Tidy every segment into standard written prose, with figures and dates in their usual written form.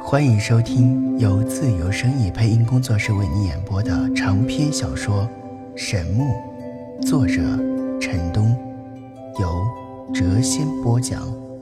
欢迎收听由自由声意配音工作室为你演播的长篇小说《神木》，作者陈东，由谪仙播讲。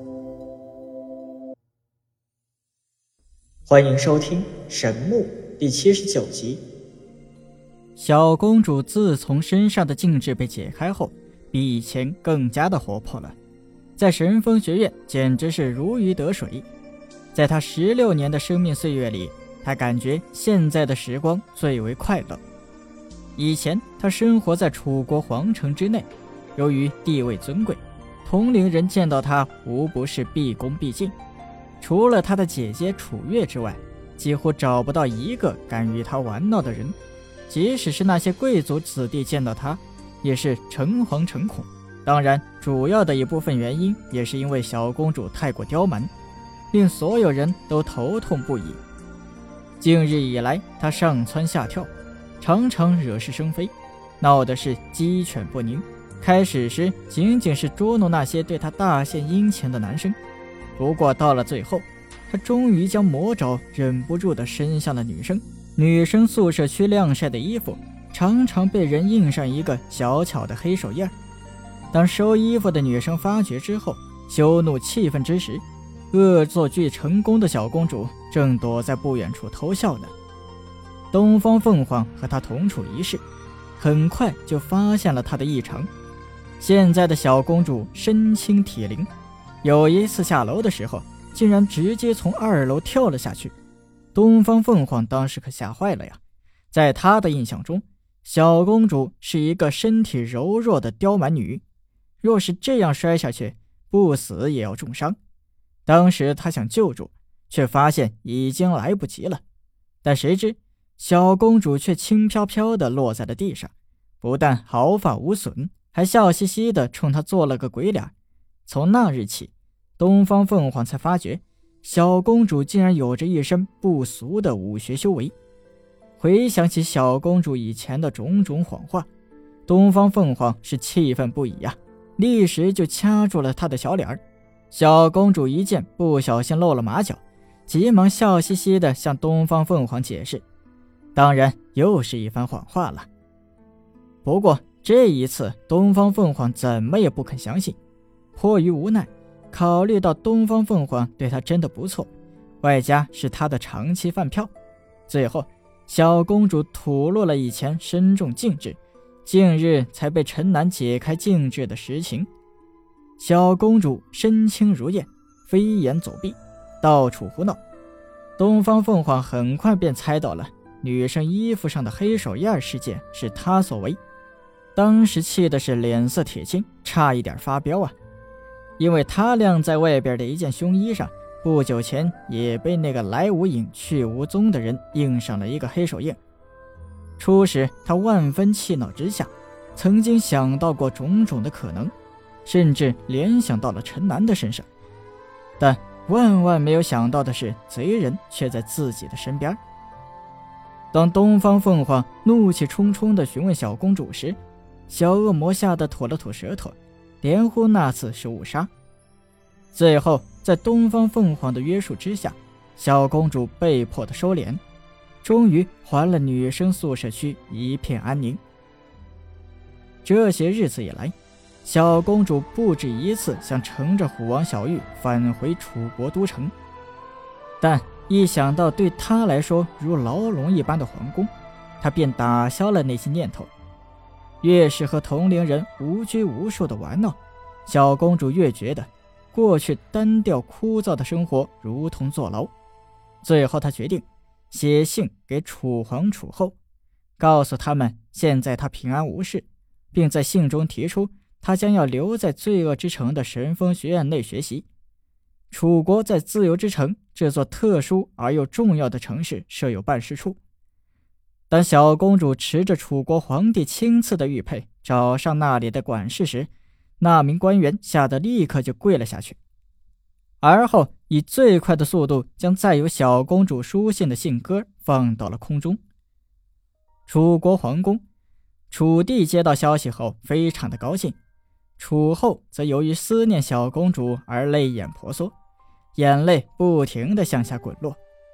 欢迎收听《神木》第79集。 小公主自从身上的禁制被解开后，比以前更加的活泼了，在神风学院简直是如鱼得水。在她16年的生命岁月里，她感觉现在的时光最为快乐。以前她生活在楚国皇城之内，由于地位尊贵，同龄人见到她无不是毕恭毕敬，除了她的姐姐楚月之外，几乎找不到一个敢与她玩闹的人。即使是那些贵族子弟见到她，也是诚惶诚恐。当然，主要的一部分原因也是因为小公主太过刁蛮，令所有人都头痛不已。近日以来，她上蹿下跳，常常惹是生非，闹得是鸡犬不宁。开始时仅仅是捉弄那些对她大献殷勤的男生，不过到了最后，她终于将魔爪忍不住地伸向了女生。女生宿舍区晾晒的衣服常常被人印上一个小巧的黑手印。当收衣服的女生发觉之后，羞怒气愤之时，恶作剧成功的小公主正躲在不远处偷笑呢。东方凤凰和她同处一室，很快就发现了她的异常。现在的小公主身轻体灵，有一次下楼的时候，竟然直接从2楼跳了下去。东方凤凰当时可吓坏了呀，在她的印象中，小公主是一个身体柔弱的刁蛮女，若是这样摔下去，不死也要重伤。当时她想救助，却发现已经来不及了。但谁知小公主却轻飘飘地落在了地上，不但毫发无损，还笑嘻嘻地冲她做了个鬼脸。从那日起，东方凤凰才发觉小公主竟然有着一身不俗的武学修为。回想起小公主以前的种种谎话，东方凤凰是气愤不已呀，立时就掐住了她的小脸儿。小公主一见不小心露了马脚，急忙笑嘻嘻地向东方凤凰解释，当然又是一番谎话了。不过这一次东方凤凰怎么也不肯相信，迫于无奈，考虑到东方凤凰对她真的不错，外加是她的长期饭票，最后小公主吐露了以前身中禁制，近日才被陈南解开禁制的实情。小公主身轻如燕，飞檐走壁，到处胡闹。东方凤凰很快便猜到了女生衣服上的黑手印事件是她所为，当时气的是脸色铁青，差一点发飙啊！因为她晾在外边的一件胸衣上，不久前也被那个来无影去无踪的人印上了一个黑手印。初时她万分气恼之下，曾经想到过种种的可能，甚至联想到了陈南的身上，但万万没有想到的是，贼人却在自己的身边。当东方凤凰怒气冲冲地询问小公主时，小恶魔吓得吐了吐舌头，连呼那次是误杀。最后在东方凤凰的约束之下，小公主被迫的收敛，终于还了女生宿舍区一片安宁。这些日子以来，小公主不止一次想乘着虎王小玉返回楚国都城，但一想到对她来说如牢笼一般的皇宫，她便打消了那些念头。越是和同龄人无拘无束的玩闹，小公主越觉得过去单调枯燥的生活如同坐牢。最后她决定写信给楚皇楚后，告诉他们现在她平安无事，并在信中提出她将要留在罪恶之城的神风学院内学习。楚国在自由之城这座特殊而又重要的城市设有办事处。当小公主持着楚国皇帝亲赐的玉佩找上那里的管事时，那名官员吓得立刻就跪了下去，而后以最快的速度将载有小公主书信的信鸽放到了空中。楚国皇宫，楚帝接到消息后非常的高兴，楚后则由于思念小公主而泪眼婆娑，眼泪不停地向下滚落。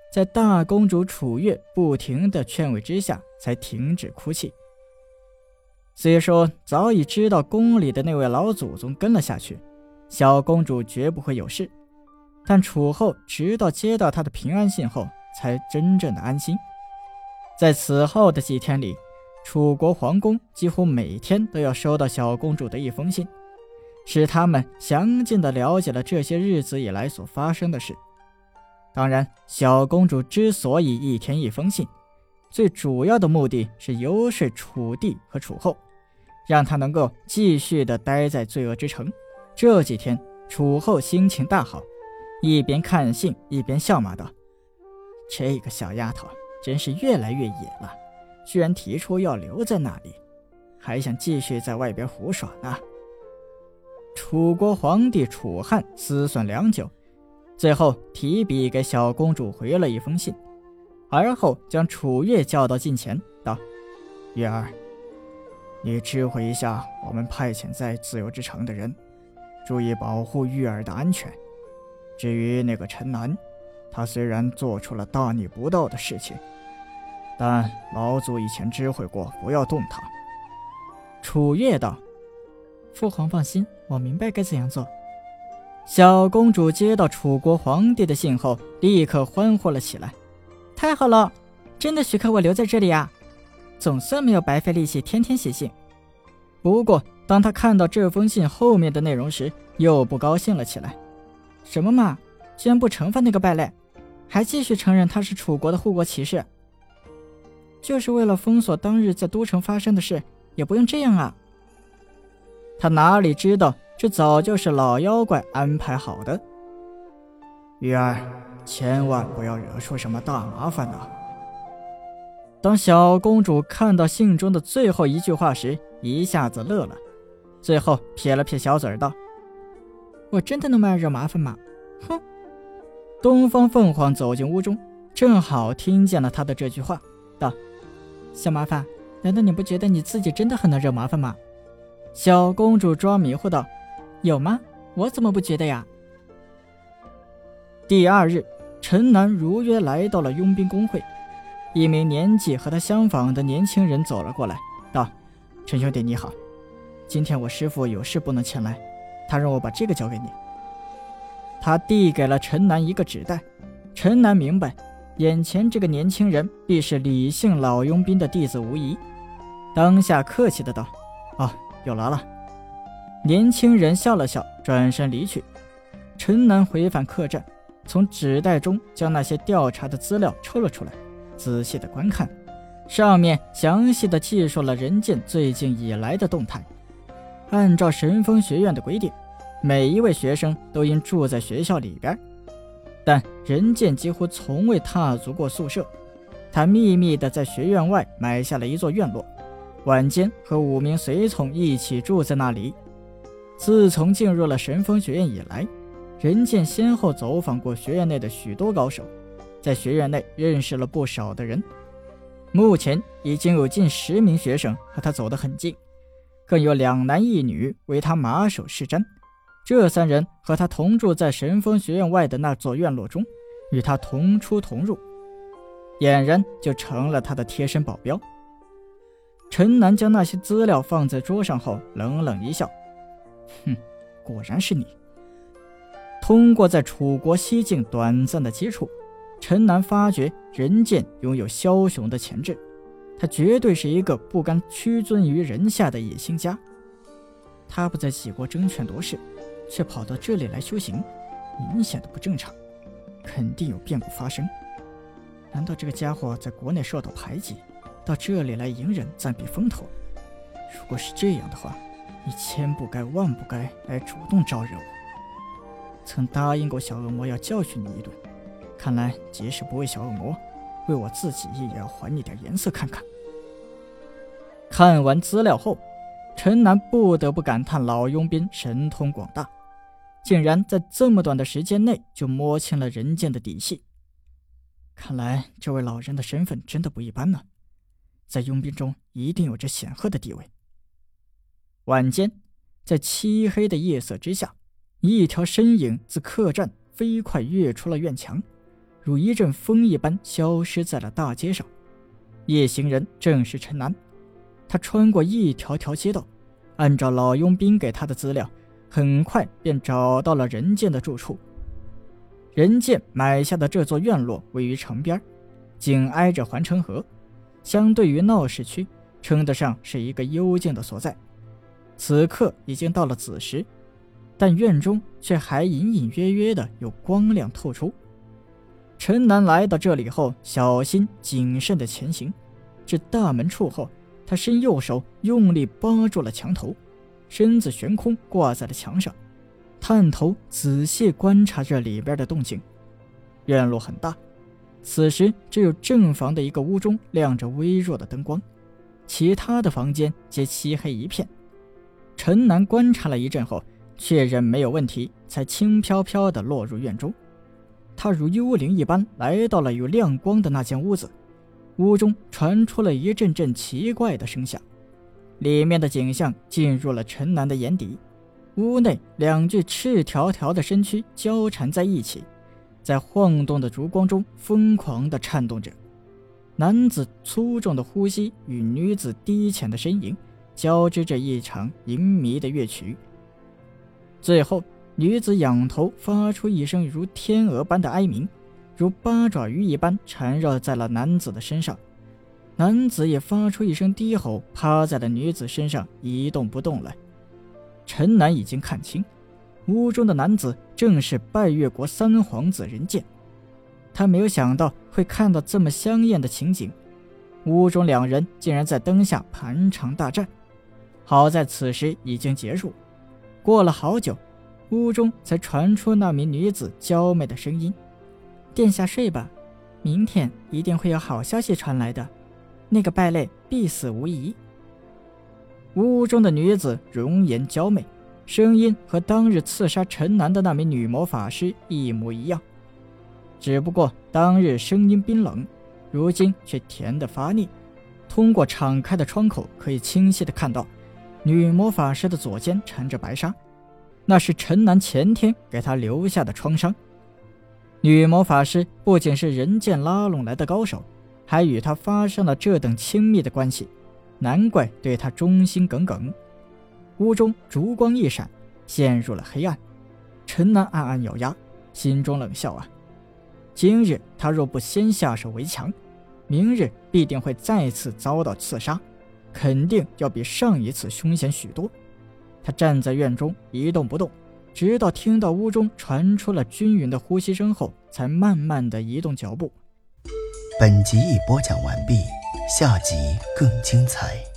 在大公主楚月不停的劝慰之下，才停止哭泣。虽说早已知道宫里的那位老祖宗跟了下去，小公主绝不会有事，但楚后直到接到她的平安信后，才真正的安心。在此后的几天里，楚国皇宫几乎每天都要收到小公主的一封信，使他们详尽地了解了这些日子以来所发生的事。当然，小公主之所以一天一封信，最主要的目的是游说楚帝和楚后，让他能够继续地待在罪恶之城。这几天楚后心情大好，一边看信一边笑骂道：“这个小丫头真是越来越野了，居然提出要留在那里，还想继续在外边胡耍呢。”楚国皇帝楚汉思算良久，最后提笔给小公主回了一封信，而后将楚月叫到近前道：“月儿，你知会一下我们派遣在自由之城的人，注意保护玉儿的安全。至于那个陈南，他虽然做出了大逆不道的事情，但老祖以前知会过，不要动他。”楚月道：“父皇放心，我明白该怎样做。”小公主接到楚国皇帝的信后，立刻欢呼了起来：“太好了，真的许可我留在这里啊！总算没有白费力气天天写信。”不过当她看到这封信后面的内容时，又不高兴了起来：“什么嘛，居然不惩罚那个败类，还继续承认他是楚国的护国骑士，就是为了封锁当日在都城发生的事，也不用这样啊！”他哪里知道，这早就是老妖怪安排好的。“玉儿，千万不要惹出什么大麻烦啊！”当小公主看到信中的最后一句话时，一下子乐了，最后撇了撇小嘴道：“我真的那么爱惹麻烦吗？哼！”东方凤凰走进屋中，正好听见了他的这句话，道：“小麻烦，难道你不觉得你自己真的很能惹麻烦吗？”小公主装迷糊道：“有吗？我怎么不觉得呀？”第二日，陈南如约来到了佣兵工会，一名年纪和他相仿的年轻人走了过来，道：“陈兄弟你好，今天我师父有事不能前来，他让我把这个交给你。”他递给了陈南一个纸袋，陈南明白，眼前这个年轻人必是李姓老佣兵的弟子无疑，当下客气的道：“哦，有劳了。”年轻人笑了笑，转身离去。陈南回返客栈，从纸袋中将那些调查的资料抽了出来，仔细的观看，上面详细的记述了人剑最近以来的动态。按照神风学院的规定，每一位学生都应住在学校里边，但人剑几乎从未踏足过宿舍。他秘密地在学院外买下了一座院落，晚间和5名随从一起住在那里。自从进入了神风学院以来，人剑先后走访过学院内的许多高手，在学院内认识了不少的人。目前已经有近10名学生和他走得很近，更有2男1女为他马首是瞻。这3人和他同住在神风学院外的那座院落中，与他同出同入，俨然就成了他的贴身保镖。陈南将那些资料放在桌上后，冷冷一笑：“哼，果然是你。”通过在楚国西境短暂的接触，陈南发觉人剑拥有枭雄的潜质，他绝对是一个不甘屈尊于人下的野心家。他不在几国争权夺势，却跑到这里来修行，明显的不正常，肯定有变故发生。难道这个家伙在国内受到排挤，到这里来隐忍暂避风头？如果是这样的话，你千不该万不该来主动招惹我。曾答应过小恶魔要教训你一顿，看来即使不为小恶魔，为我自己也要还你点颜色看看。看完资料后，陈南不得不感叹老佣兵神通广大，竟然在这么短的时间内就摸清了人剑的底细。看来这位老人的身份真的不一般呢，在佣兵中一定有着显赫的地位。晚间，在漆黑的夜色之下，一条身影自客栈飞快跃出了院墙， 如一阵风一般消失在了大街上。夜行人正是陈南，他穿过一条条街道，按照老佣兵给他的资料，很快便找到了任健的住处。任健买下的这座院落位于城边，紧挨着环城河，相对于闹市区，称得上是一个幽静的所在。此刻已经到了子时，但院中却还隐隐约约的有光亮透出。陈南来到这里后，小心谨慎的前行，至大门处后，他伸右手用力扒住了墙头，身子悬空挂在了墙上，探头仔细观察这里边的动静。院落很大，此时只有正房的一个屋中亮着微弱的灯光，其他的房间皆漆黑一片。陈南观察了一阵后，确认没有问题，才轻飘飘地落入院中。他如幽灵一般来到了有亮光的那间屋子，屋中传出了一阵阵奇怪的声响，里面的景象进入了陈南的眼底。屋内两具赤条条的身躯交缠在一起，在晃动的烛光中疯狂地颤动着。男子粗重的呼吸与女子低浅的呻吟交织着一场淫迷的乐曲。最后女子仰头发出一声如天鹅般的哀鸣，如八爪鱼一般缠绕在了男子的身上。男子也发出一声低吼，趴在了女子身上一动不动了。陈南已经看清，屋中的男子正是拜月国三皇子任健。他没有想到会看到这么香艳的情景，屋中两人竟然在灯下盘场大战。好在此时已经结束，过了好久，屋中才传出那名女子娇媚的声音：殿下睡吧，明天一定会有好消息传来的，那个败类必死无疑。屋中的女子容颜娇媚，声音和当日刺杀陈南的那名女魔法师一模一样，只不过当日声音冰冷，如今却甜得发腻。通过敞开的窗口可以清晰地看到，女魔法师的左肩缠着白纱，那是陈南前天给她留下的创伤。女魔法师不仅是任健拉拢来的高手，还与他发生了这等亲密的关系，难怪对他忠心耿耿。屋中烛光一闪，陷入了黑暗。陈南暗暗咬牙，心中冷笑啊，今日他若不先下手为强，明日必定会再次遭到刺杀，肯定要比上一次凶险许多。他站在院中一动不动，直到听到屋中传出了均匀的呼吸声后，才慢慢地移动脚步。 本集已播讲完毕，下集更精彩。